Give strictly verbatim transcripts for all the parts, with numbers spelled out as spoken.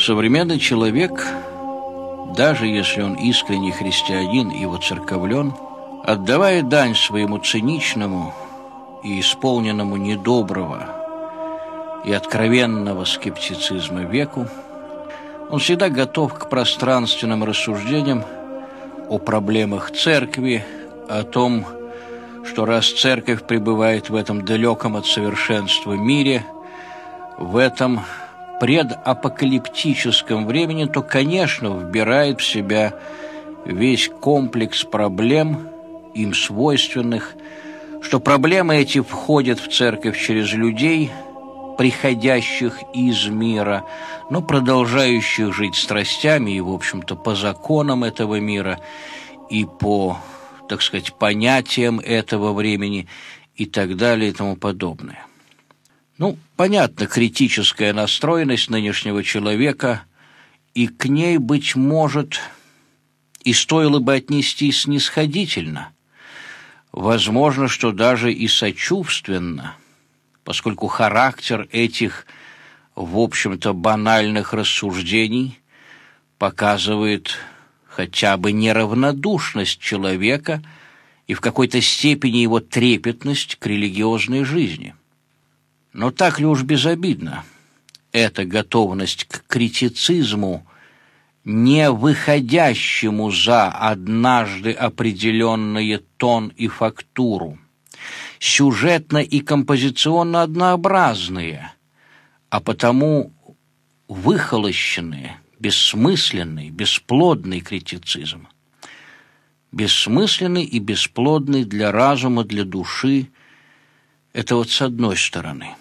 Современный человек, даже если он искренний христианин и воцерковлен, отдавая дань своему циничному и исполненному недоброго и откровенного скептицизма веку, он всегда готов к пространственным рассуждениям о проблемах церкви, о том, что раз церковь пребывает в этом далеком от совершенства мире, в этом предапокалиптическом времени, то, конечно, вбирает в себя весь комплекс проблем, им свойственных, что проблемы эти входят в церковь через людей, приходящих из мира, но продолжающих жить страстями и, в общем-то, по законам этого мира и по, так сказать, понятиям этого времени и так далее и тому подобное. Ну, понятно, критическая настроенность нынешнего человека, и к ней, быть может, и стоило бы отнестись снисходительно. Возможно, что даже и сочувственно, поскольку характер этих, в общем-то, банальных рассуждений показывает хотя бы неравнодушность человека и в какой-то степени его трепетность к религиозной жизни. Но так ли уж безобидна эта готовность к критицизму, не выходящему за однажды определенные тон и фактуру, сюжетно и композиционно однообразные, а потому выхолощенные, бессмысленный, бесплодный критицизм? Бессмысленный и бесплодный для разума, для души – это вот с одной стороны.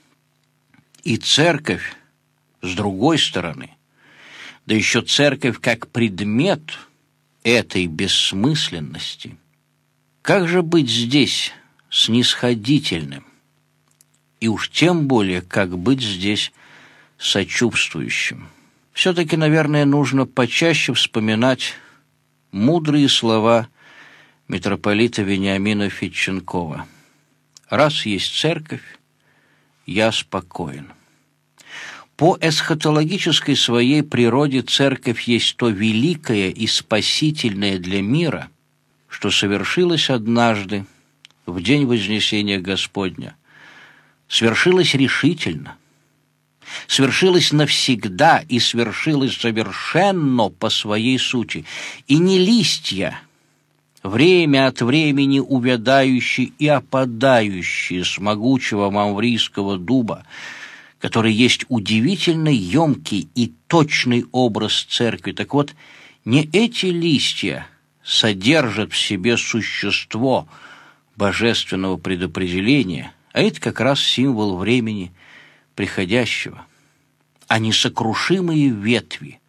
И церковь с другой стороны, да еще церковь как предмет этой бессмысленности. Как же быть здесь снисходительным? И уж тем более, как быть здесь сочувствующим? Все-таки, наверное, нужно почаще вспоминать мудрые слова митрополита Вениамина Федченкова. «Раз есть церковь, я спокоен». По эсхатологической своей природе церковь есть то великое и спасительное для мира, что совершилось однажды в день Вознесения Господня, свершилось решительно, свершилось навсегда и свершилось совершенно по своей сути. И не листья, время от времени увядающие и опадающие с могучего маврийского дуба, который есть удивительно емкий и точный образ церкви. Так вот, не эти листья содержат в себе существо божественного предопределения, а это как раз символ времени приходящего, а несокрушимые ветви,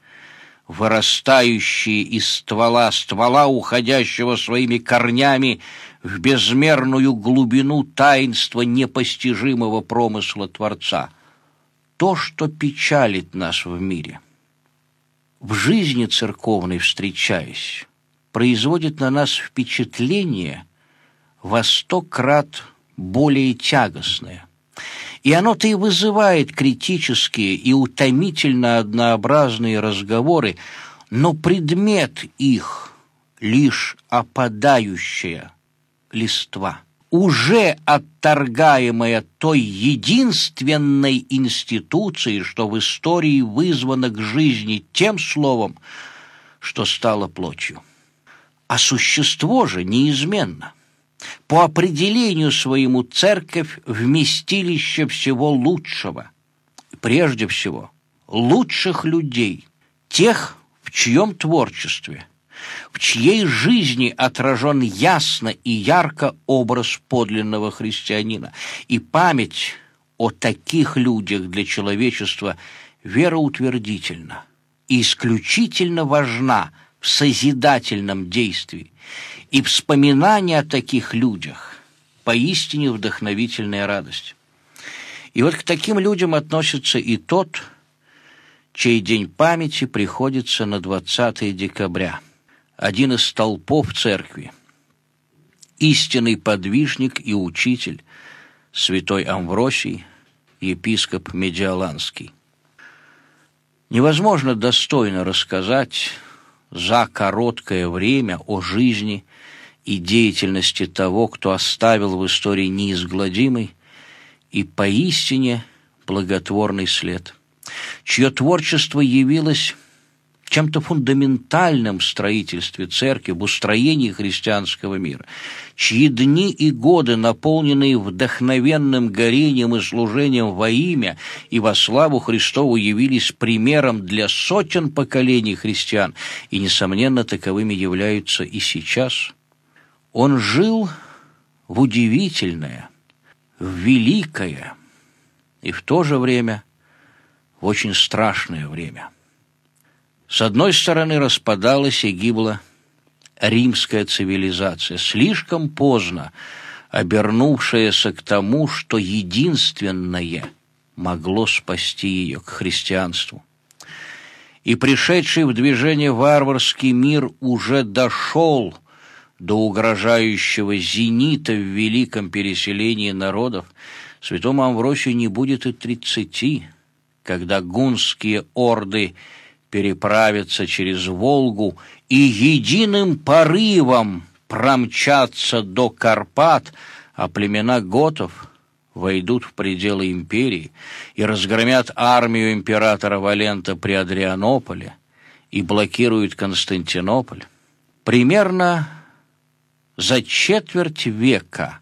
вырастающие из ствола, ствола, уходящего своими корнями в безмерную глубину таинства непостижимого промысла Творца. То, что печалит нас в мире, в жизни церковной встречаясь, производит на нас впечатление во сто крат более тягостное. И оно-то и вызывает критические и утомительно однообразные разговоры, но предмет их лишь опадающая листва, уже отторгаемая той единственной институцией, что в истории вызвано к жизни тем словом, что стало плотью. А существо же неизменно. По определению своему церковь – вместилище всего лучшего, прежде всего лучших людей, тех, в чьем творчестве, в чьей жизни отражен ясно и ярко образ подлинного христианина. И память о таких людях для человечества вероутвердительна и исключительно важна в созидательном действии. И вспоминание о таких людях поистине вдохновительная радость. И вот к таким людям относится и тот, чей день памяти приходится на двадцатое декабря. Один из столпов церкви, истинный подвижник и учитель, святой Амвросий, епископ Медиаланский. Невозможно достойно рассказать за короткое время о жизни и деятельности того, кто оставил в истории неизгладимый и поистине благотворный след, чье творчество явилось чем-то фундаментальным в строительстве церкви, в устроении христианского мира, чьи дни и годы, наполненные вдохновенным горением и служением во имя и во славу Христову, явились примером для сотен поколений христиан и, несомненно, таковыми являются и сейчас. Он жил в удивительное, в великое и в то же время в очень страшное время. С одной стороны, распадалась и гибла римская цивилизация, слишком поздно обернувшаяся к тому, что единственное могло спасти ее, к христианству. И пришедший в движение варварский мир уже дошел до угрожающего зенита в великом переселении народов. Святому Амвросию не будет и тридцати, когда гунские орды переправятся через Волгу и единым порывом промчатся до Карпат, а племена готов войдут в пределы империи и разгромят армию императора Валента при Адрианополе и блокируют Константинополь. Примерно за четверть века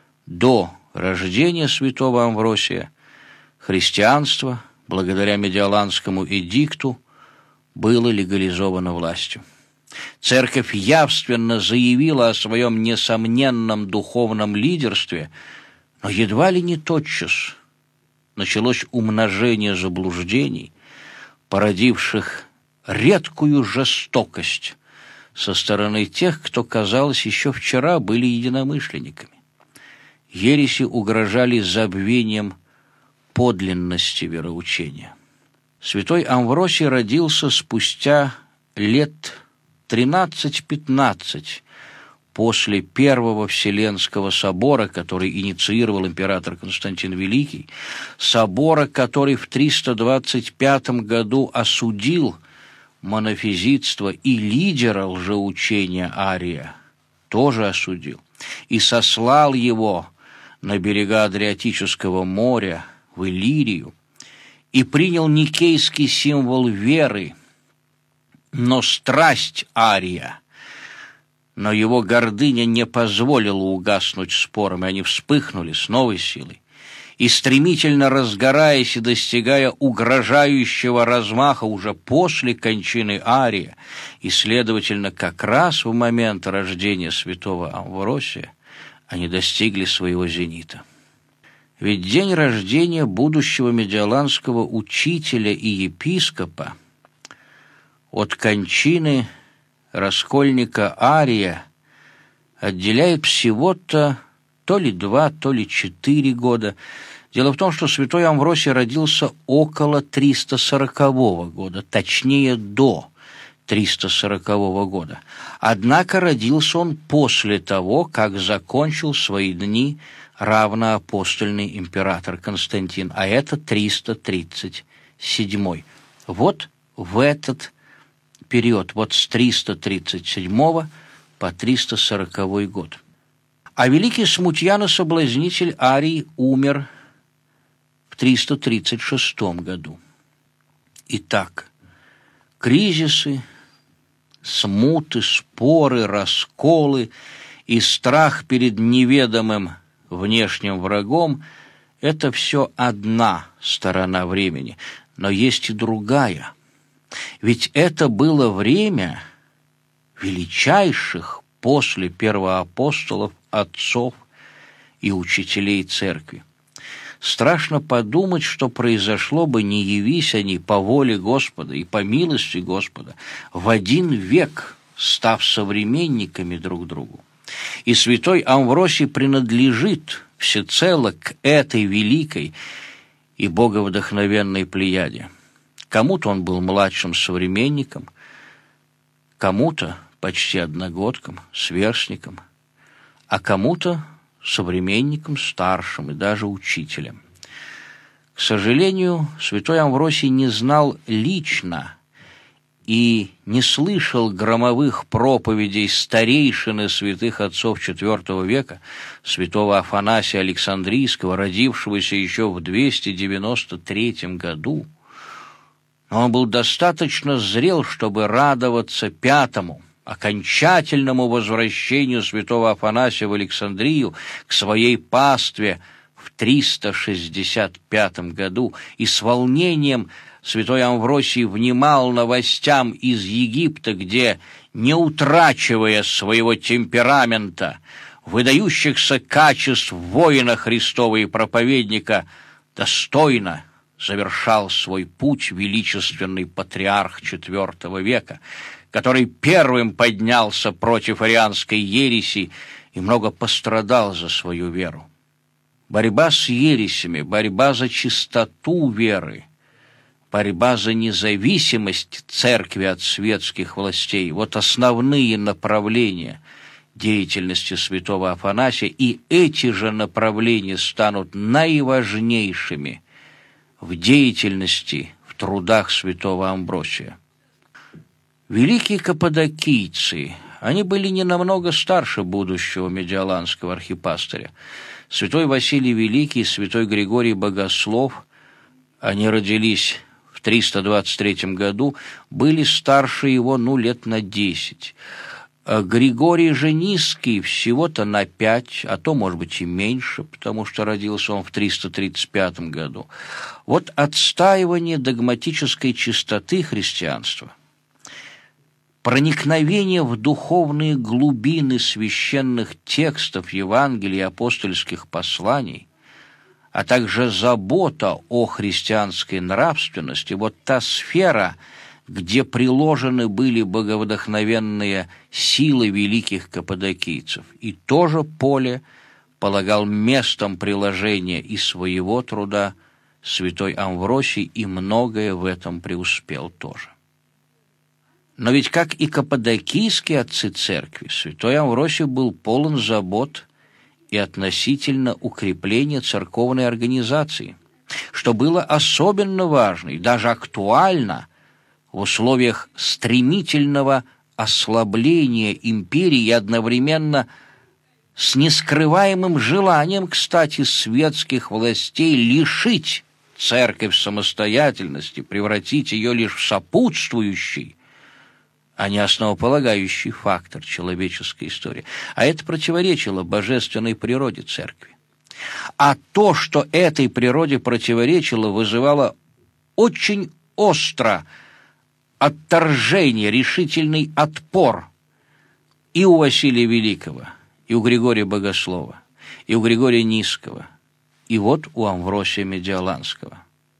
до рождения святого Амвросия христианство, благодаря Медиоланскому эдикту, было легализовано властью. Церковь явственно заявила о своем несомненном духовном лидерстве, но едва ли не тотчас началось умножение заблуждений, породивших редкую жестокость со стороны тех, кто, казалось, еще вчера были единомышленниками. Ереси угрожали забвением подлинности вероучения. Святой Амвросий родился спустя лет тринадцать-пятнадцать после Первого Вселенского собора, который инициировал император Константин Великий, собора, который в триста двадцать пятом году осудил монофизитство и лидера лжеучения Ария, тоже осудил, и сослал его на берега Адриатического моря, в Иллирию, и принял никейский символ веры, но страсть Ария, но его гордыня не позволила угаснуть спорам, и они вспыхнули с новой силой, и стремительно разгораясь и достигая угрожающего размаха уже после кончины Ария, и, следовательно, как раз в момент рождения святого Амвросия, они достигли своего зенита. Ведь день рождения будущего медиоланского учителя и епископа от кончины раскольника Ария отделяет всего-то то ли два, то ли четыре года. Дело в том, что святой Амвросий родился около триста сорокового года, точнее до триста сорокового года. Однако родился он после того, как закончил свои дни равноапостольный император Константин, а это триста тридцать седьмой. Вот в этот период, вот с триста тридцать седьмого по триста сороковой год. А великий смутьян и соблазнитель Арий умер в триста тридцать шестом году. Итак, кризисы, смуты, споры, расколы и страх перед неведомым внешним врагом – это все одна сторона времени, но есть и другая. Ведь это было время величайших после первоапостолов отцов и учителей церкви. Страшно подумать, что произошло бы, не явись они по воле Господа и по милости Господа, в один век став современниками друг другу. И святой Амвросий принадлежит всецело к этой великой и боговдохновенной плеяде. Кому-то он был младшим современником, кому-то почти одногодком, сверстником, а кому-то современником, старшим и даже учителем. К К сожалению, святой Амвросий не знал лично и не слышал громовых проповедей старейшины святых отцов четвёртого века, святого Афанасия Александрийского, родившегося еще в двести девяносто третьем году. Но он был достаточно зрел, чтобы радоваться пятому, окончательному возвращению святого Афанасия в Александрию к своей пастве в триста шестьдесят пятом году, и с волнением святой Амвросий внимал новостям из Египта, где, не утрачивая своего темперамента, выдающихся качеств воина Христова и проповедника, достойно завершал свой путь величественный патриарх четвёртого века, который первым поднялся против арианской ереси и много пострадал за свою веру. Борьба с ересями, борьба за чистоту веры, борьба за независимость церкви от светских властей — вот основные направления деятельности святого Афанасия, и эти же направления станут наиважнейшими в деятельности, в трудах святого Амвросия. Великие каппадокийцы, они были не намного старше будущего медиаланского архипастыря. Святой Василий Великий и святой Григорий Богослов, они родились в триста двадцать третьем году, были старше его, ну, лет на десять. А Григорий же Низкий всего-то на пять, а то, может быть, и меньше, потому что родился он в триста тридцать пятом году. Вот отстаивание догматической чистоты христианства, проникновение в духовные глубины священных текстов Евангелий и апостольских посланий, а также забота о христианской нравственности — вот та сфера, где приложены были боговдохновенные силы великих каппадокийцев, и тоже поле полагал местом приложения и своего труда святой Амвросий, и многое в этом преуспел тоже. Но ведь, как и каппадокийские отцы церкви, святой Амвросий был полон забот и относительно укрепления церковной организации, что было особенно важно и даже актуально в условиях стремительного ослабления империи и одновременно с нескрываемым желанием, кстати, светских властей лишить церковь самостоятельности, превратить ее лишь в сопутствующий, а не основополагающий фактор человеческой истории. А это противоречило божественной природе церкви. А то, что этой природе противоречило, вызывало очень остро отторжение, решительный отпор и у Василия Великого, и у Григория Богослова, и у Григория Низкого, и вот у Амвросия Медиаланского.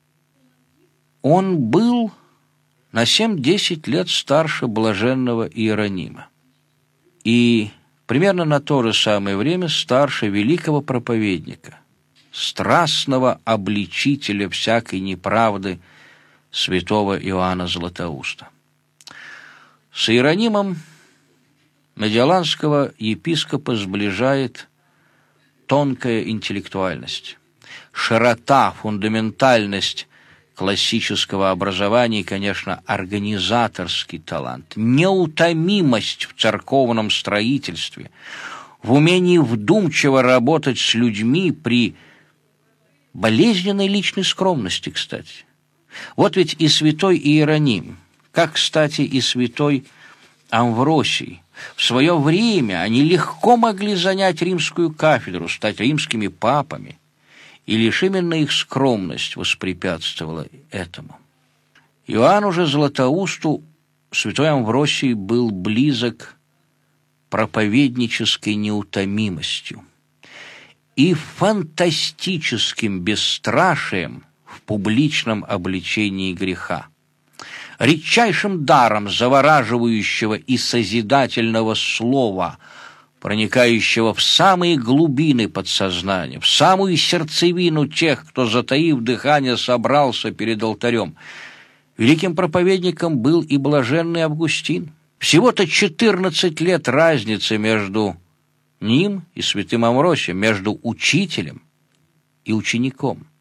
Он был на семь-десять лет старше блаженного Иеронима и примерно на то же самое время старше великого проповедника, страстного обличителя всякой неправды святого Иоанна Златоуста. С Иеронимом Медиаланского епископа сближает тонкая интеллектуальность, широта, фундаментальность классического образования и, конечно, организаторский талант, неутомимость в церковном строительстве, в умении вдумчиво работать с людьми при болезненной личной скромности, кстати. Вот ведь и святой Иероним, как, кстати, и святой Амвросий, в свое время они легко могли занять римскую кафедру, стать римскими папами, и лишь именно их скромность воспрепятствовала этому. Иоанну же Златоусту святой Амвросий был близок проповеднической неутомимостью и фантастическим бесстрашием в публичном обличении греха, редчайшим даром завораживающего и созидательного слова, проникающего в самые глубины подсознания, в самую сердцевину тех, кто, затаив дыхание, собрался перед алтарем. Великим проповедником был и блаженный Августин. Всего-то четырнадцать лет разницы между ним и святым Амвросием, между учителем и учеником.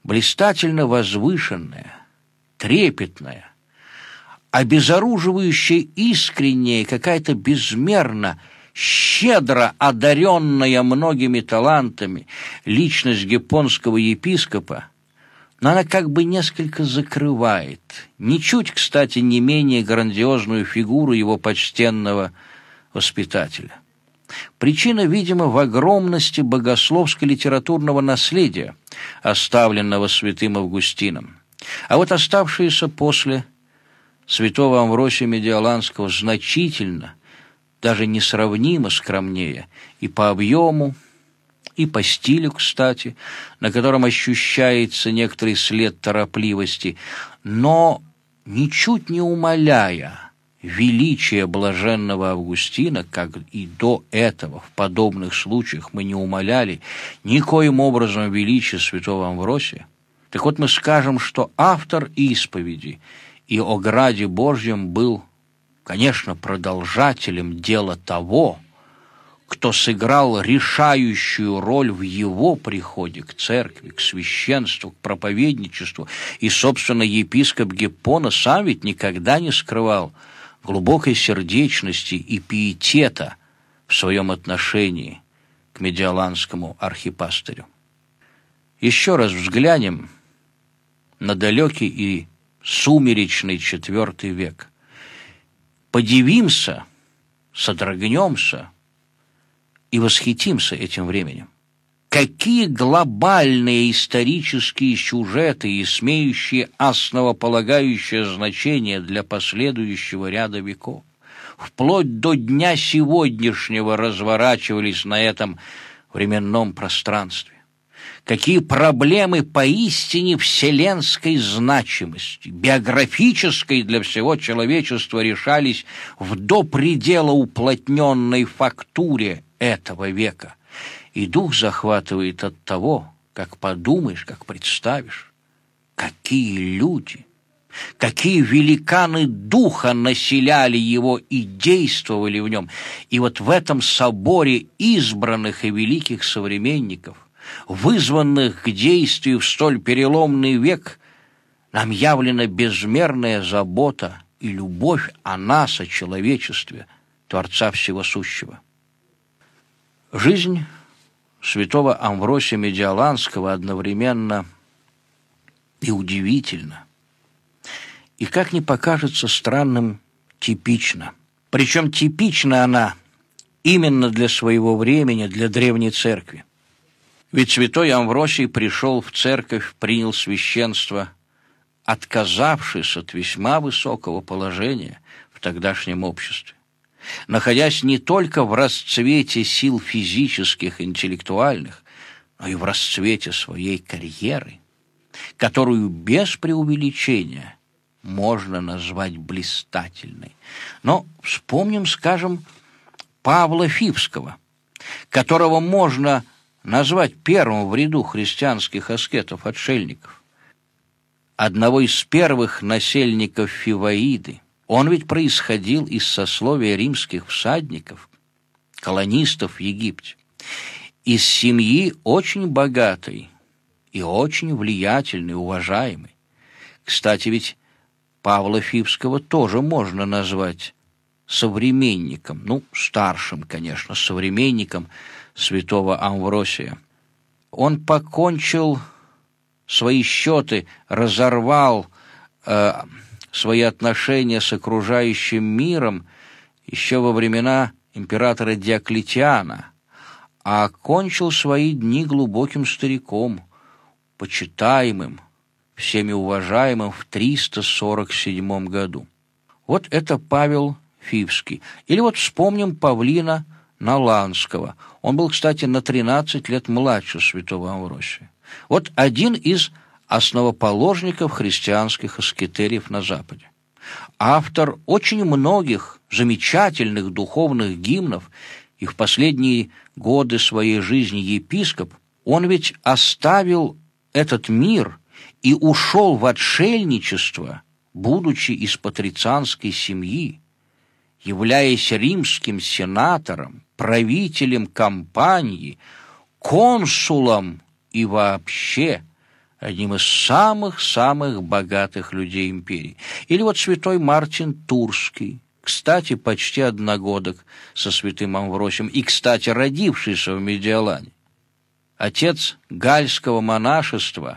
блистательно возвышенная, трепетная, обезоруживающая, искренняя, какая-то безмерно, щедро одаренная многими талантами личность гиппонского епископа, но она как бы несколько закрывает, ничуть, кстати, не менее грандиозную фигуру его почтенного воспитателя. Причина, видимо, в огромности богословско-литературного наследия, оставленного святым Августином. А вот оставшиеся после святого Амвросия Медиоланского значительно, даже несравнимо скромнее и по объему, и по стилю, кстати, на котором ощущается некоторый след торопливости, но ничуть не умаляя величие блаженного Августина, как и до этого в подобных случаях мы не умаляли никоим образом величие святого Амвросия. Так вот мы скажем, что автор исповеди и о граде Божьем был, конечно, продолжателем дела того, кто сыграл решающую роль в его приходе к церкви, к священству, к проповедничеству. И, собственно, епископ Гиппона сам ведь никогда не скрывал глубокой сердечности и пиетета в своем отношении к медиоланскому архипастырю. Еще раз взглянем на далекий и сумеречный четвертый век. Подивимся, содрогнемся и восхитимся этим временем. Какие глобальные исторические сюжеты, имеющие основополагающее значение для последующего ряда веков, вплоть до дня сегодняшнего разворачивались на этом временном пространстве. Какие проблемы поистине вселенской значимости, биографической для всего человечества решались в до предела уплотненной фактуре этого века. И дух захватывает от того, как подумаешь, как представишь, какие люди, какие великаны духа населяли его и действовали в нем. И вот в этом соборе избранных и великих современников, вызванных к действию в столь переломный век, нам явлена безмерная забота и любовь о нас, о человечестве, Творца Всего Сущего. Жизнь святого Амвросия Медиоланского одновременно и удивительна, и, как ни покажется странным, типична. Причем типична она именно для своего времени, для Древней Церкви. Ведь святой Амвросий пришел в церковь, принял священство, отказавшись от весьма высокого положения в тогдашнем обществе, находясь не только в расцвете сил физических, интеллектуальных, но и в расцвете своей карьеры, которую без преувеличения можно назвать блистательной. Но вспомним, скажем, Павла Фивского, которого можно назвать первым в ряду христианских аскетов-отшельников, одного из первых насельников Фиваиды. Он ведь происходил из сословия римских всадников, колонистов в Египте, из семьи очень богатой и очень влиятельной, уважаемой. Кстати, ведь Павла Фивского тоже можно назвать современником, ну, старшим, конечно, современником святого Амвросия. Он покончил свои счеты, разорвал э, свои отношения с окружающим миром еще во времена императора Диоклетиана, а окончил свои дни глубоким стариком, почитаемым, всеми уважаемым в триста сорок седьмом году. Вот это Павел Фивский. Или вот вспомним Павлина Наланского. Он был, кстати, на тринадцать лет младше святого Амвросия. Вот один из основоположников христианских аскетериев на Западе. Автор очень многих замечательных духовных гимнов, и в последние годы своей жизни епископ, он ведь оставил этот мир и ушел в отшельничество, будучи из патрицианской семьи, являясь римским сенатором, правителем компании, консулом и вообще одним из самых-самых богатых людей империи. Или вот святой Мартин Турский, кстати, почти одногодок со святым Амвросием и, кстати, родившийся в Медиолане. Отец гальского монашества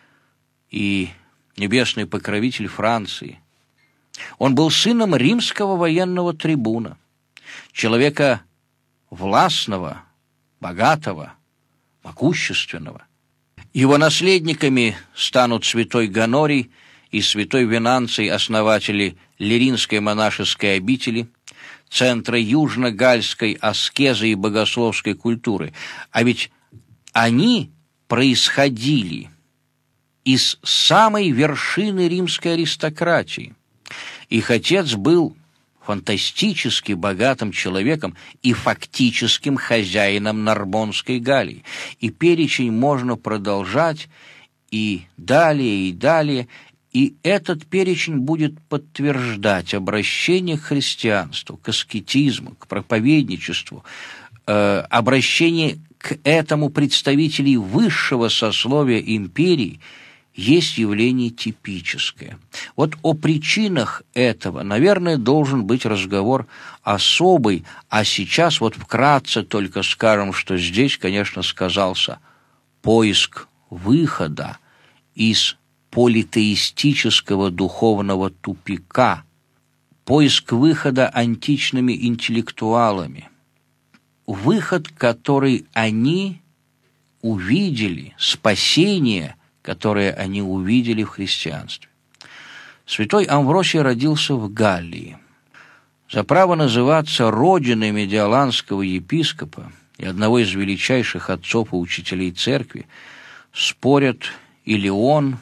и небесный покровитель Франции. Он был сыном римского военного трибуна, человека властного, богатого, могущественного. Его наследниками станут святой Гонорий и святой Венанций, основатели Лиринской монашеской обители, центра южно-гальской аскезы и богословской культуры. А ведь они происходили из самой вершины римской аристократии. Их отец был фантастически богатым человеком и фактическим хозяином Нарбонской Галлии. И перечень можно продолжать и далее, и далее. И этот перечень будет подтверждать обращение к христианству, к аскетизму, к проповедничеству, э, обращение к этому представителей высшего сословия империи есть явление типическое. Вот о причинах этого, наверное, должен быть разговор особый, а сейчас вот вкратце только скажем, что здесь, конечно, сказался поиск выхода из политеистического духовного тупика, поиск выхода античными интеллектуалами, выход, который они увидели, спасение, которое они увидели в христианстве. Святой Амвросий родился в Галлии. За право называться родиной медиоланского епископа и одного из величайших отцов и учителей церкви спорят и Леон,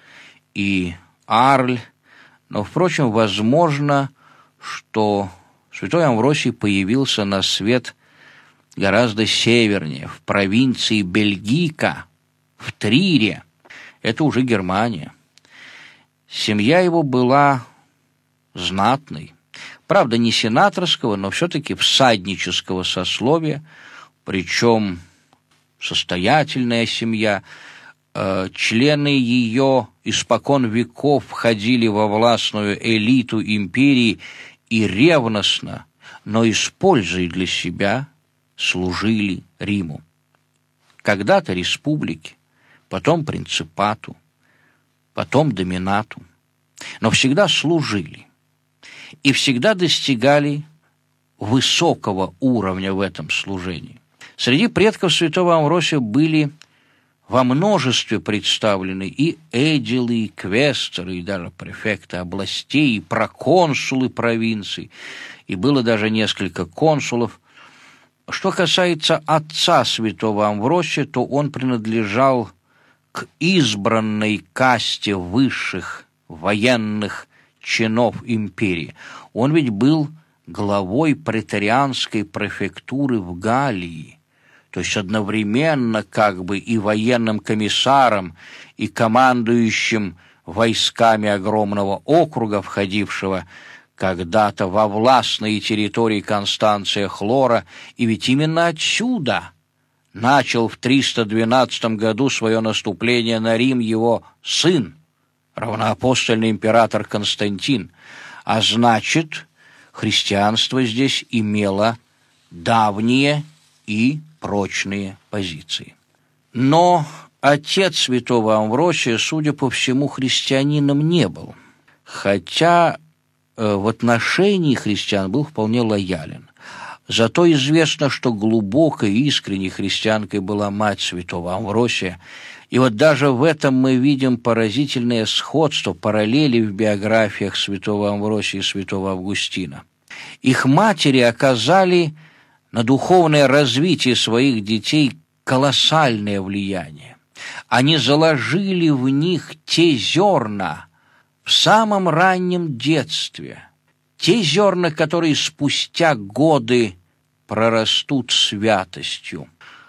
и Арль, но, впрочем, возможно, что святой Амвросий появился на свет гораздо севернее, в провинции Бельгика, в Трире. Это уже Германия. Семья его была знатной, правда, не сенаторского, но все-таки всаднического сословия, причем состоятельная семья. Члены ее испокон веков входили во властную элиту империи и ревностно, но используя для себя, служили Риму. Когда-то республике, потом принципату, потом доминату, но всегда служили и всегда достигали высокого уровня в этом служении. Среди предков святого Амвросия были во множестве представлены и эдилы, и квесторы, и даже префекты областей, и проконсулы провинций, и было даже несколько консулов. Что касается отца святого Амвросия, то он принадлежал к избранной касте высших военных чинов империи. Он ведь был главой преторианской префектуры в Галлии, то есть одновременно как бы и военным комиссаром, и командующим войсками огромного округа, входившего когда-то во властные территории Констанция Хлора, и ведь именно отсюда начал в триста двенадцатом году свое наступление на Рим его сын, равноапостольный император Константин, а значит, христианство здесь имело давние и прочные позиции. Но отец святого Амвросия, судя по всему, христианином не был, хотя э, в отношении христиан был вполне лоялен. Зато известно, что глубокой и искренней христианкой была мать святого Амвросия, и вот даже в этом мы видим поразительное сходство, параллели в биографиях святого Амвросия и святого Августина. Их матери оказали на духовное развитие своих детей колоссальное влияние. Они заложили в них те зерна в самом раннем детстве, те зерна, которые спустя годы прорастут святостью.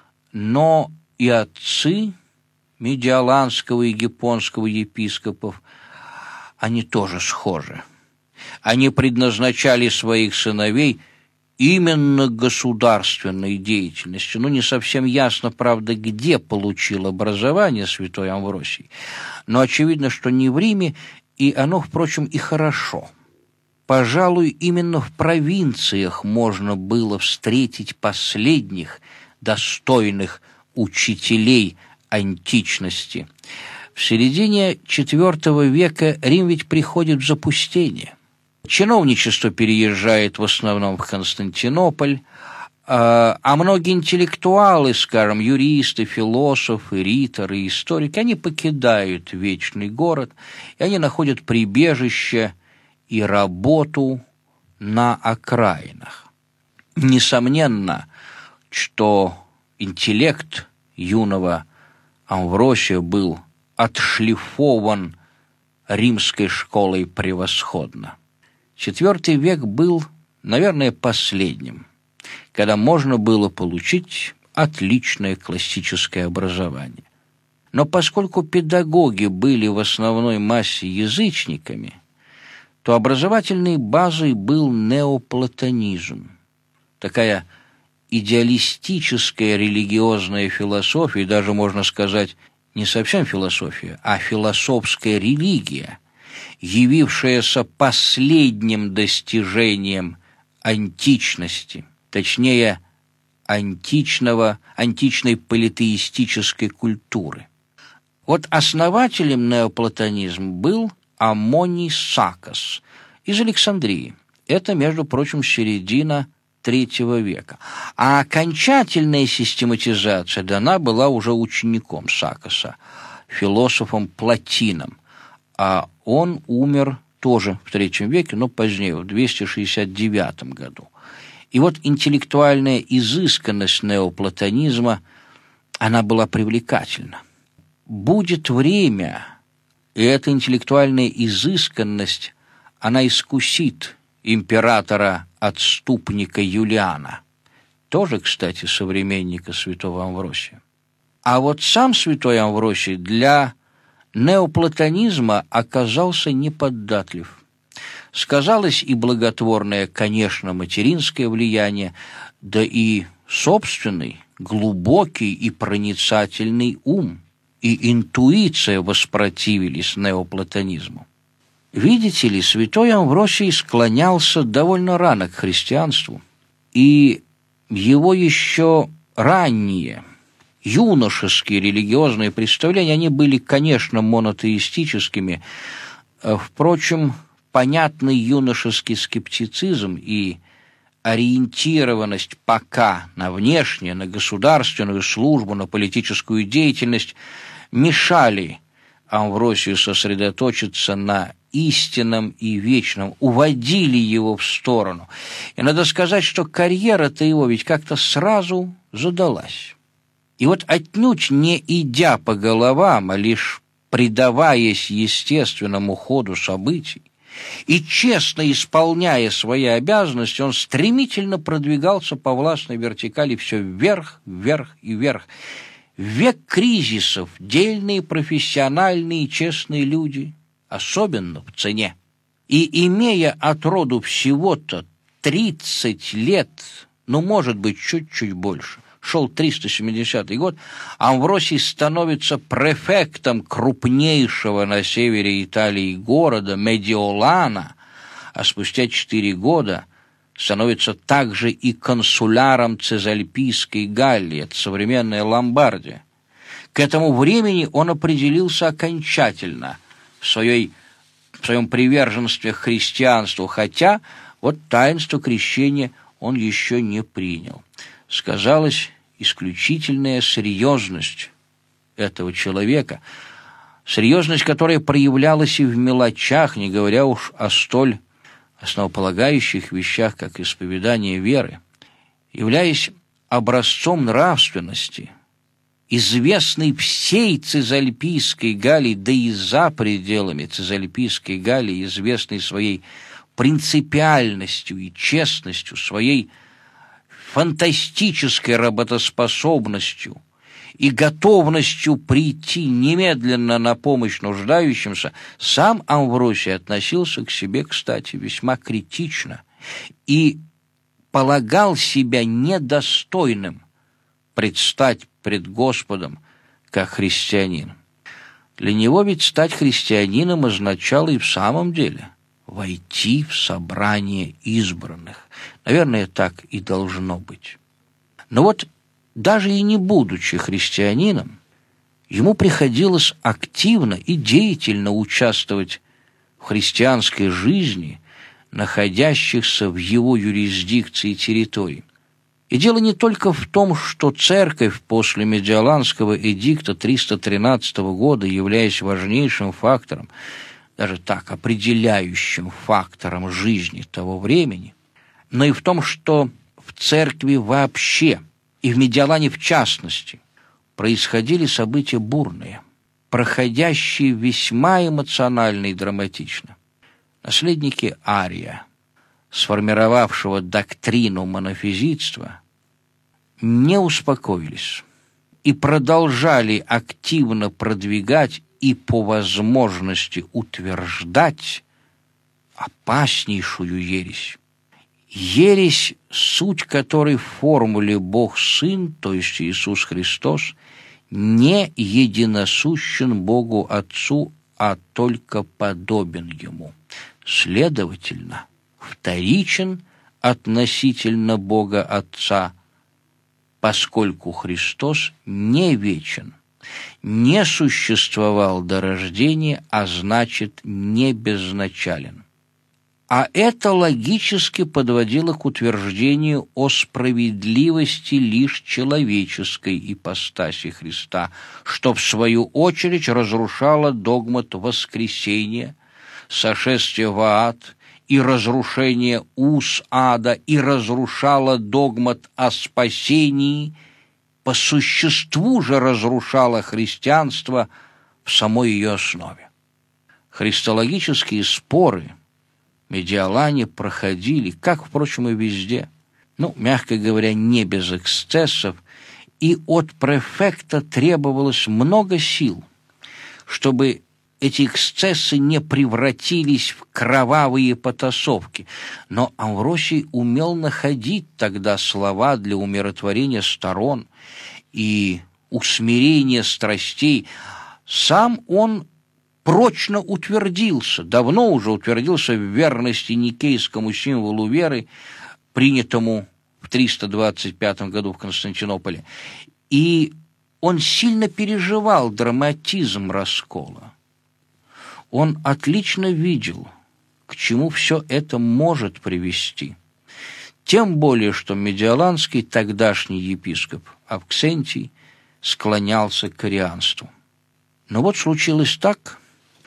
Но и отцы медиоланского и гипонского епископов, они тоже схожи. Они предназначали своих сыновей именно государственной деятельностью. Ну, не совсем ясно, правда, где получил образование святой Амвросий, но очевидно, что не в Риме, и оно, впрочем, и хорошо. Пожалуй, именно в провинциях можно было встретить последних достойных учителей античности. В середине четвёртого века Рим ведь приходит в запустение. Чиновничество переезжает в основном в Константинополь, а многие интеллектуалы, скажем, юристы, философы, риторы, историки, они покидают вечный город, и они находят прибежище и работу на окраинах. Несомненно, что интеллект юного Амвросия был отшлифован римской школой превосходно. Четвертый век был, наверное, последним, когда можно было получить отличное классическое образование. Но поскольку педагоги были в основной массе язычниками, то образовательной базой был неоплатонизм, такая идеалистическая религиозная философия, и даже, можно сказать, не совсем философия, а философская религия, явившаяся последним достижением античности, точнее, античного, античной политеистической культуры. Вот основателем неоплатонизма был Амоний Сакос из Александрии. Это, между прочим, середина третьего века. А окончательная систематизация дана была уже учеником Сакоса, философом Платином. А он умер тоже в третьем веке, но позднее, в двести шестьдесят девятом году. И вот интеллектуальная изысканность неоплатонизма, она была привлекательна. Будет время, и эта интеллектуальная изысканность, она искусит императора-отступника Юлиана, тоже, кстати, современника святого Амвросия. А вот сам святой Амвросий для неоплатонизма оказался неподатлив. Сказалось и благотворное, конечно, материнское влияние, да и собственный, глубокий и проницательный ум, и интуиция воспротивились неоплатонизму. Видите ли, святой Амвросий склонялся довольно рано к христианству, и его еще ранние, юношеские религиозные представления, они были, конечно, монотеистическими. Впрочем, понятный юношеский скептицизм и ориентированность пока на внешнее, на государственную службу, на политическую деятельность мешали Амвросию сосредоточиться на истинном и вечном, уводили его в сторону. И надо сказать, что карьера-то его ведь как-то сразу задалась. И вот отнюдь не идя по головам, а лишь предаваясь естественному ходу событий и честно исполняя свои обязанности, он стремительно продвигался по властной вертикали все вверх, вверх и вверх. В век кризисов дельные, профессиональные и честные люди особенно в цене. И имея от роду всего-то тридцать лет, ну, может быть, чуть-чуть больше, шел триста семидесятый год, Амвросий становится префектом крупнейшего на севере Италии города Медиолана, а спустя четыре года становится также и консуляром Цезальпийской Галлии, это современная Ломбардия. К этому времени он определился окончательно в, своей, в своем приверженстве к христианству, хотя вот таинство крещения он еще не принял. Сказалась исключительная серьезность этого человека, серьезность, которая проявлялась и в мелочах, не говоря уж о столь основополагающих вещах, как исповедание веры. Являясь образцом нравственности, известный всей Цезальпийской Галлии, да и за пределами Цезальпийской Галлии, известный своей принципиальностью и честностью, своей фантастической работоспособностью и готовностью прийти немедленно на помощь нуждающимся, сам Амвросий относился к себе, кстати, весьма критично и полагал себя недостойным предстать пред Господом как христианин. Для него ведь стать христианином означало и в самом деле войти в собрание избранных. Наверное, так и должно быть. Но вот даже и не будучи христианином, ему приходилось активно и деятельно участвовать в христианской жизни находящихся в его юрисдикции территорий. И дело не только в том, что церковь после Медиаланского эдикта триста тринадцатого года, являясь важнейшим фактором, даже так, определяющим фактором жизни того времени, но и в том, что в церкви вообще, и в Медиалане в частности, происходили события бурные, проходящие весьма эмоционально и драматично. Наследники Ария, сформировавшего доктрину монофизитства, не успокоились и продолжали активно продвигать и по возможности утверждать опаснейшую ересь. Ересь, суть которой в формуле Бог-Сын, то есть Иисус Христос, не единосущен Богу Отцу, а только подобен Ему. Следовательно, вторичен относительно Бога Отца, поскольку Христос не вечен, не существовал до рождения, а значит, не безначален. А это логически подводило к утверждению о справедливости лишь человеческой ипостаси Христа, что в свою очередь разрушало догмат воскресения, сошествия в ад и разрушение уз ада, и разрушало догмат о спасении, по существу же разрушало христианство в самой ее основе. Христологические споры в Медиалане проходили, как, впрочем, и везде, ну, мягко говоря, не без эксцессов, и от префекта требовалось много сил, чтобы эти эксцессы не превратились в кровавые потасовки. Но Амвросий умел находить тогда слова для умиротворения сторон и усмирения страстей. Сам он прочно утвердился, давно уже утвердился в верности никейскому символу веры, принятому в триста двадцать пятом году в Константинополе. И он сильно переживал драматизм раскола. Он отлично видел, к чему все это может привести. Тем более, что медиаланский тогдашний епископ Авксентий склонялся к арианству. Но вот случилось так,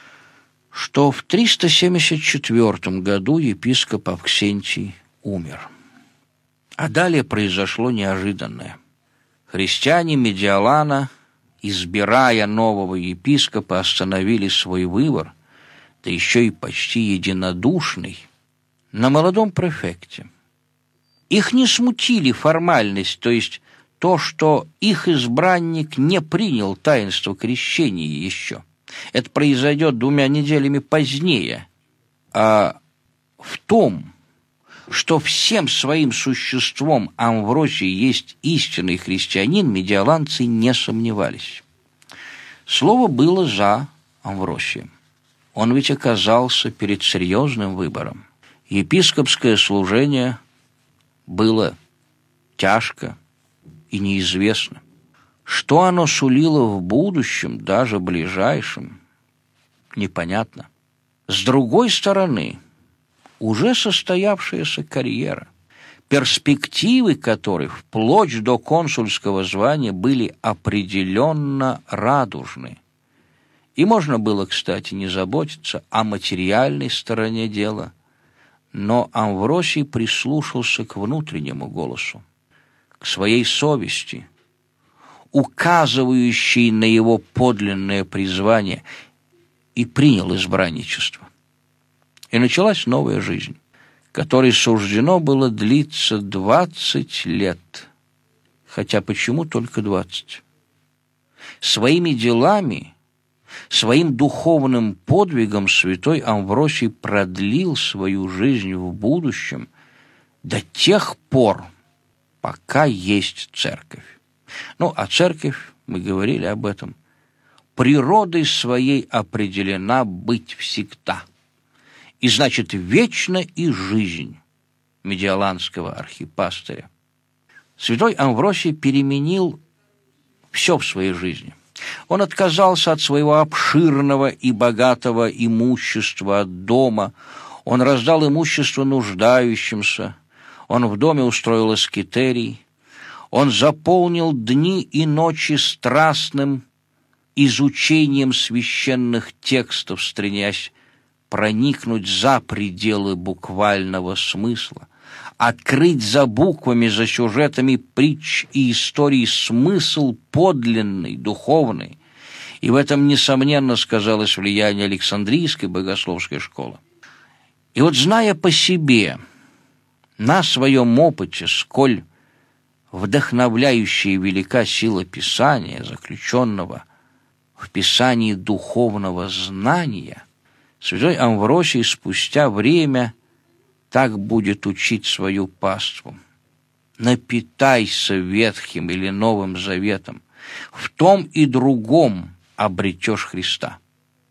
что в триста семьдесят четвёртом году епископ Авксентий умер. А далее произошло неожиданное. Христиане Медиалана, избирая нового епископа, остановили свой выбор, да еще и почти единодушный, на молодом префекте. Их не смутили формальность, то есть то, что их избранник не принял таинство крещения еще. Это произойдет двумя неделями позднее. А в том, что всем своим существом Амвросий есть истинный христианин, медиаланцы не сомневались. Слово было за Амвросием. Он ведь оказался перед серьезным выбором. Епископское служение было тяжко и неизвестно. Что оно сулило в будущем, даже ближайшем, непонятно. С другой стороны, уже состоявшаяся карьера, перспективы которой вплоть до консульского звания были определенно радужны. И можно было, кстати, не заботиться о материальной стороне дела, но Амвросий прислушался к внутреннему голосу, к своей совести, указывающей на его подлинное призвание, и принял избранничество. И началась новая жизнь, которой суждено было длиться двадцать лет, хотя почему только двадцать? Своими делами, своим духовным подвигом святой Амвросий продлил свою жизнь в будущем до тех пор, пока есть церковь. Ну, а церковь, мы говорили об этом, природой своей определена быть всегда. И значит, вечно и жизнь медиаланского архипастыря. Святой Амвросий переменил все в своей жизни. Он отказался от своего обширного и богатого имущества, от дома. Он раздал имущество нуждающимся. Он в доме устроил аскетерий. Он заполнил дни и ночи страстным изучением священных текстов, стремясь проникнуть за пределы буквального смысла, открыть за буквами, за сюжетами притч и историй смысл подлинный, духовный. И в этом, несомненно, сказалось влияние Александрийской богословской школы. И вот, зная по себе, на своем опыте, сколь вдохновляющая и велика сила Писания, заключенного в Писании духовного знания, святой Амвросий спустя время так будет учить свою паству: напитайся Ветхим или Новым Заветом, в том и другом обретешь Христа.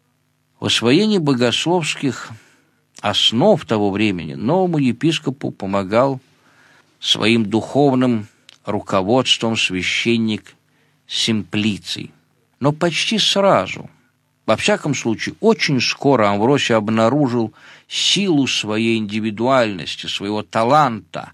В освоении богословских основ того времени новому епископу помогал своим духовным руководством священник Симплиций. Но почти сразу, во всяком случае, очень скоро Амвросий обнаружил силу своей индивидуальности, своего таланта.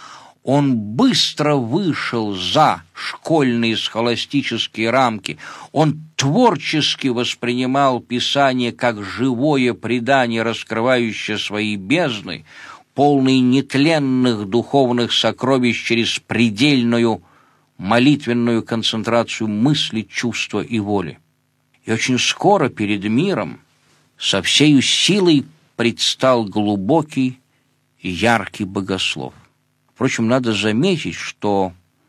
Он быстро вышел за школьные схоластические рамки. Он творчески воспринимал Писание как живое предание, раскрывающее свои бездны, полные нетленных духовных сокровищ через предельную молитвенную концентрацию мысли, чувства и воли. И очень скоро перед миром со всею силой предстал глубокий и яркий богослов. Впрочем, надо заметить, что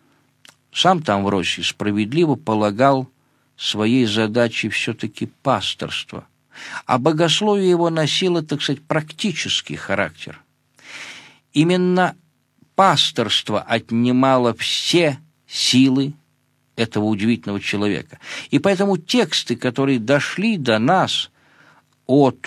сам Амвросий справедливо полагал своей задачей все-таки пасторство, а богословие его носило, так сказать, практический характер. Именно пасторство отнимало все силы этого удивительного человека. И поэтому тексты, которые дошли до нас от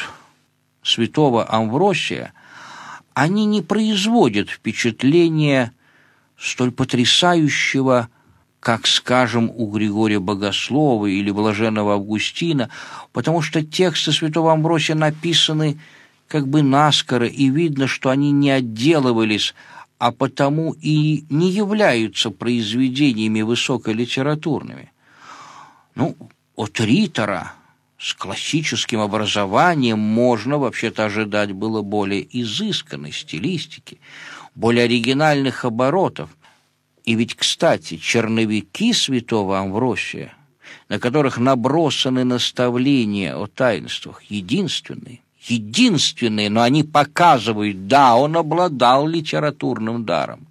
святого Амвросия, они не производят впечатления столь потрясающего, как, скажем, у Григория Богослова или Блаженного Августина, потому что тексты святого Амвросия написаны как бы наскоро, и видно, что они не отделывались, а потому и не являются произведениями высоколитературными. Ну, от Риттера с классическим образованием можно вообще-то ожидать было более изысканной стилистики, более оригинальных оборотов. И ведь, кстати, черновики святого Амвросия, на которых набросаны наставления о таинствах, единственные, единственные, но они показывают, да, он обладал литературным даром.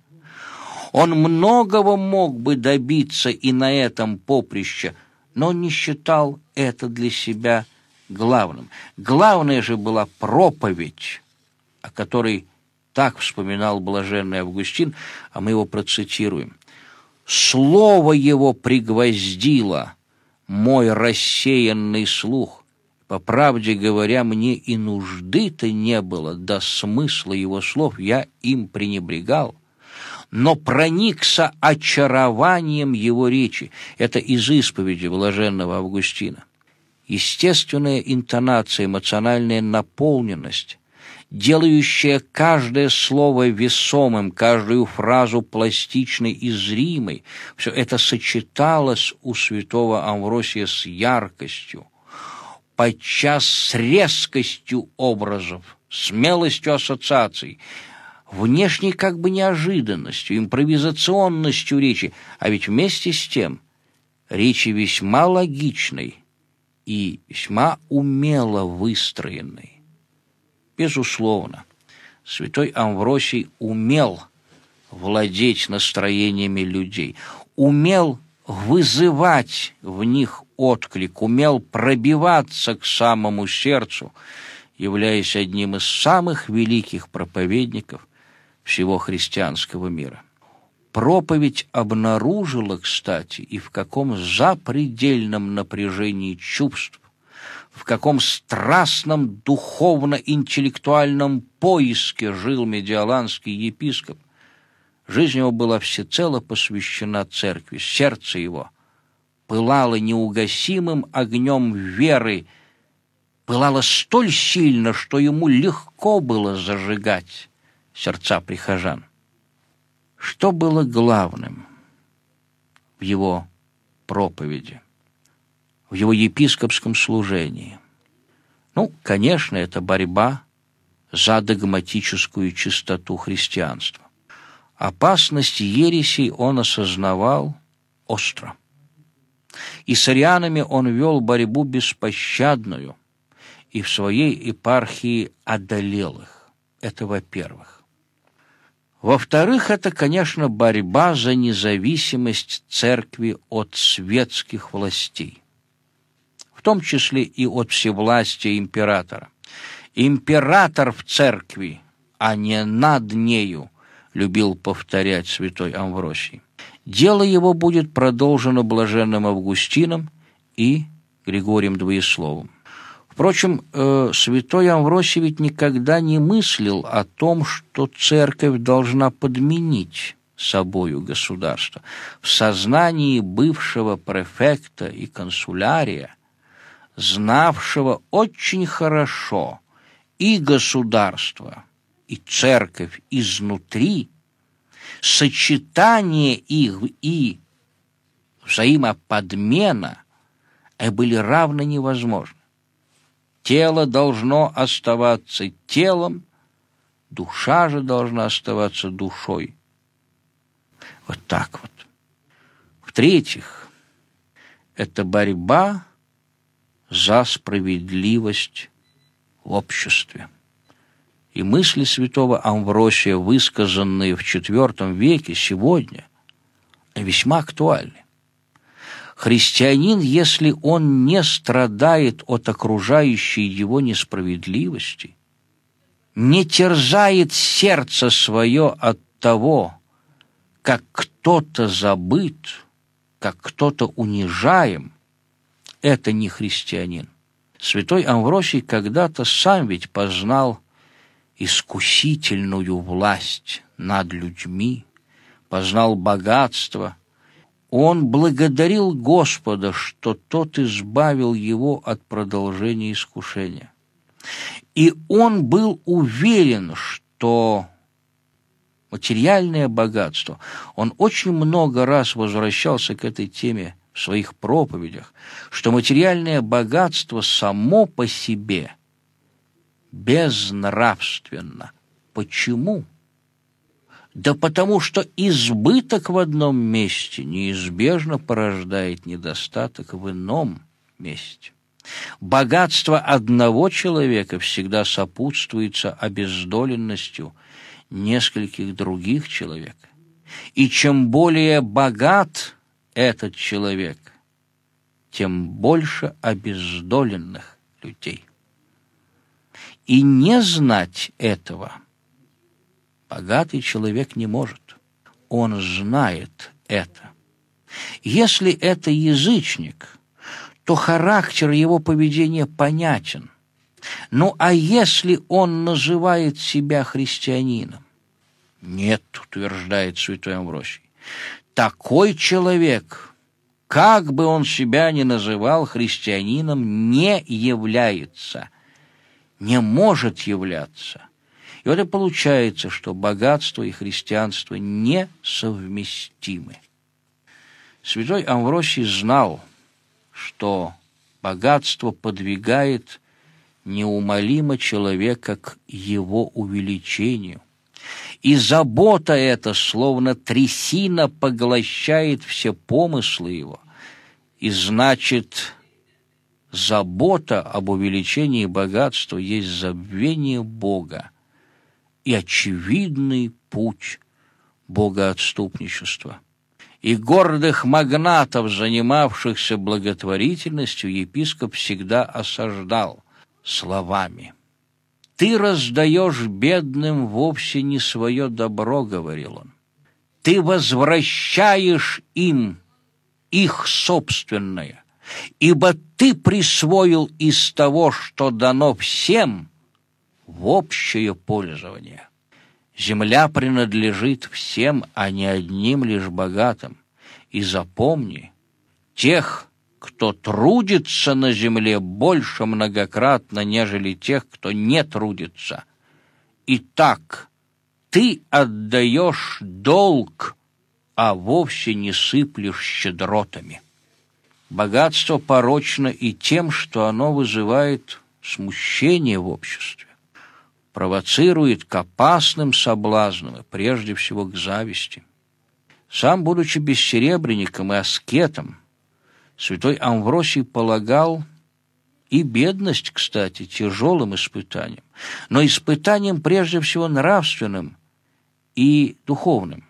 Он многого мог бы добиться и на этом поприще, но он не считал это для себя главным. Главное же была проповедь, о которой так вспоминал блаженный Августин, а мы его процитируем. «Слово его пригвоздило мой рассеянный слух. По правде говоря, мне и нужды-то не было, до смысла его слов я им пренебрегал, но проникся очарованием его речи». Это из исповеди блаженного Августина. Естественная интонация, эмоциональная наполненность, делающая каждое слово весомым, каждую фразу пластичной и зримой, все это сочеталось у святого Амвросия с яркостью, подчас с резкостью образов, смелостью ассоциаций, внешней как бы неожиданностью, импровизационностью речи, а ведь вместе с тем речи весьма логичной и весьма умело выстроенной. Безусловно, святой Амвросий умел владеть настроениями людей, умел вызывать в них отклик, умел пробиваться к самому сердцу, являясь одним из самых великих проповедников всего христианского мира. Проповедь обнаружила, кстати, и в каком запредельном напряжении чувств, в каком страстном духовно-интеллектуальном поиске жил медиаланский епископ. Жизнь его была всецело посвящена церкви, сердце его пылало неугасимым огнем веры, пылало столь сильно, что ему легко было зажигать сердца прихожан. Что было главным в его проповеди, в его епископском служении? Ну, конечно, это борьба за догматическую чистоту христианства. Опасность ересей он осознавал остро. И с арианами он вел борьбу беспощадную, и в своей епархии одолел их. Это во-первых. Во-вторых, это, конечно, борьба за независимость церкви от светских властей, в том числе и от всевластия императора. Император в церкви, а не над нею, любил повторять святой Амвросий. Дело его будет продолжено блаженным Августином и Григорием Двоесловом. Впрочем, э, святой Амвросий ведь никогда не мыслил о том, что церковь должна подменить собою государство. В сознании бывшего префекта и консулярия, знавшего очень хорошо и государство, и церковь изнутри, сочетание их и взаимоподмена были равно невозможны. Тело должно оставаться телом, душа же должна оставаться душой. Вот так вот. В-третьих, это борьба за справедливость в обществе. И мысли святого Амвросия, высказанные в четвёртом веке, сегодня весьма актуальны. Христианин, если он не страдает от окружающей его несправедливости, не терзает сердце свое от того, как кто-то забыт, как кто-то унижаем, это не христианин. Святой Амвросий когда-то сам ведь познал искусительную власть над людьми, познал богатство. Он благодарил Господа, что тот избавил его от продолжения искушения. И он был уверен, что материальное богатство, он очень много раз возвращался к этой теме в своих проповедях, что материальное богатство само по себе безнравственно. Почему? Да потому что избыток в одном месте неизбежно порождает недостаток в ином месте. Богатство одного человека всегда сопутствуется обездоленностью нескольких других человек. И чем более богат этот человек, тем больше обездоленных людей. И не знать этого богатый человек не может. Он знает это. Если это язычник, то характер его поведения понятен. Ну, а если он называет себя христианином? Нет, утверждает святой Амвросий. Такой человек, как бы он себя ни называл христианином, не является, не может являться. И вот и получается, что богатство и христианство несовместимы. Святой Амвросий знал, что богатство подвигает неумолимо человека к его увеличению. И забота эта, словно трясина, поглощает все помыслы его. И значит, забота об увеличении богатства есть забвение Бога и очевидный путь богоотступничества. И гордых магнатов, занимавшихся благотворительностью, епископ всегда осаждал словами: «Ты раздаешь бедным вовсе не свое добро», — говорил он. «Ты возвращаешь им их собственное, ибо ты присвоил из того, что дано всем, в общее пользование. Земля принадлежит всем, а не одним лишь богатым. И запомни, тех, кто трудится на земле, больше многократно, нежели тех, кто не трудится. Итак, ты отдаешь долг, а вовсе не сыплешь щедротами». Богатство порочно и тем, что оно вызывает смущение в обществе, провоцирует к опасным соблазнам и прежде всего к зависти. Сам, будучи бессеребренником и аскетом, святой Амвросий полагал и бедность, кстати, тяжелым испытанием, но испытанием прежде всего нравственным и духовным.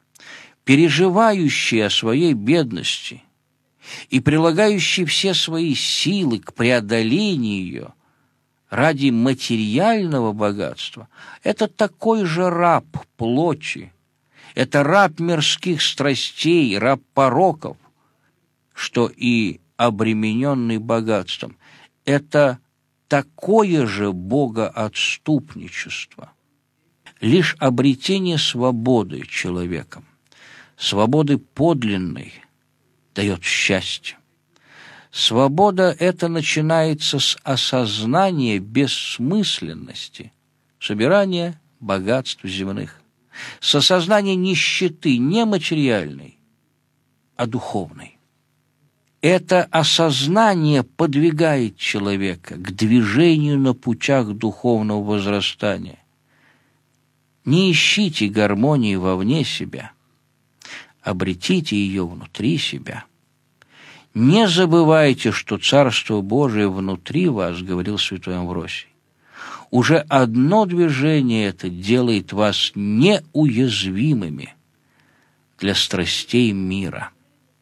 Переживающий о своей бедности и прилагающий все свои силы к преодолению ее ради материального богатства – это такой же раб плоти, это раб мирских страстей, раб пороков, что и обремененный богатством – это такое же богоотступничество. Лишь обретение свободы человеком, свободы подлинной, дает счастье. Свобода эта начинается с осознания бессмысленности, собирания богатств земных, с осознания нищеты не материальной, а духовной. Это осознание подвигает человека к движению на путях духовного возрастания. Не ищите гармонии вовне себя, обретите ее внутри себя. Не забывайте, что Царство Божие внутри вас, говорил святой Амвросий. Уже одно движение это делает вас неуязвимыми для страстей мира.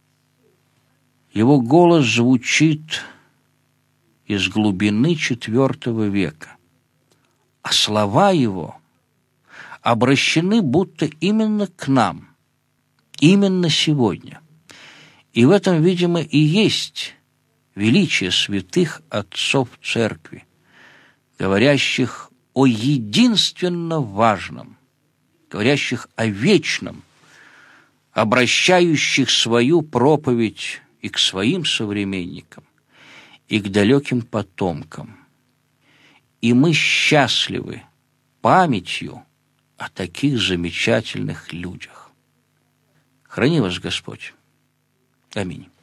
Его голос звучит из глубины четвёртого века, а слова его обращены будто именно к нам, именно сегодня. И в этом, видимо, и есть величие святых отцов Церкви, говорящих о единственно важном, говорящих о вечном, обращающих свою проповедь и к своим современникам, и к далеким потомкам. И мы счастливы памятью о таких замечательных людях. Храни вас Господь. Аминь.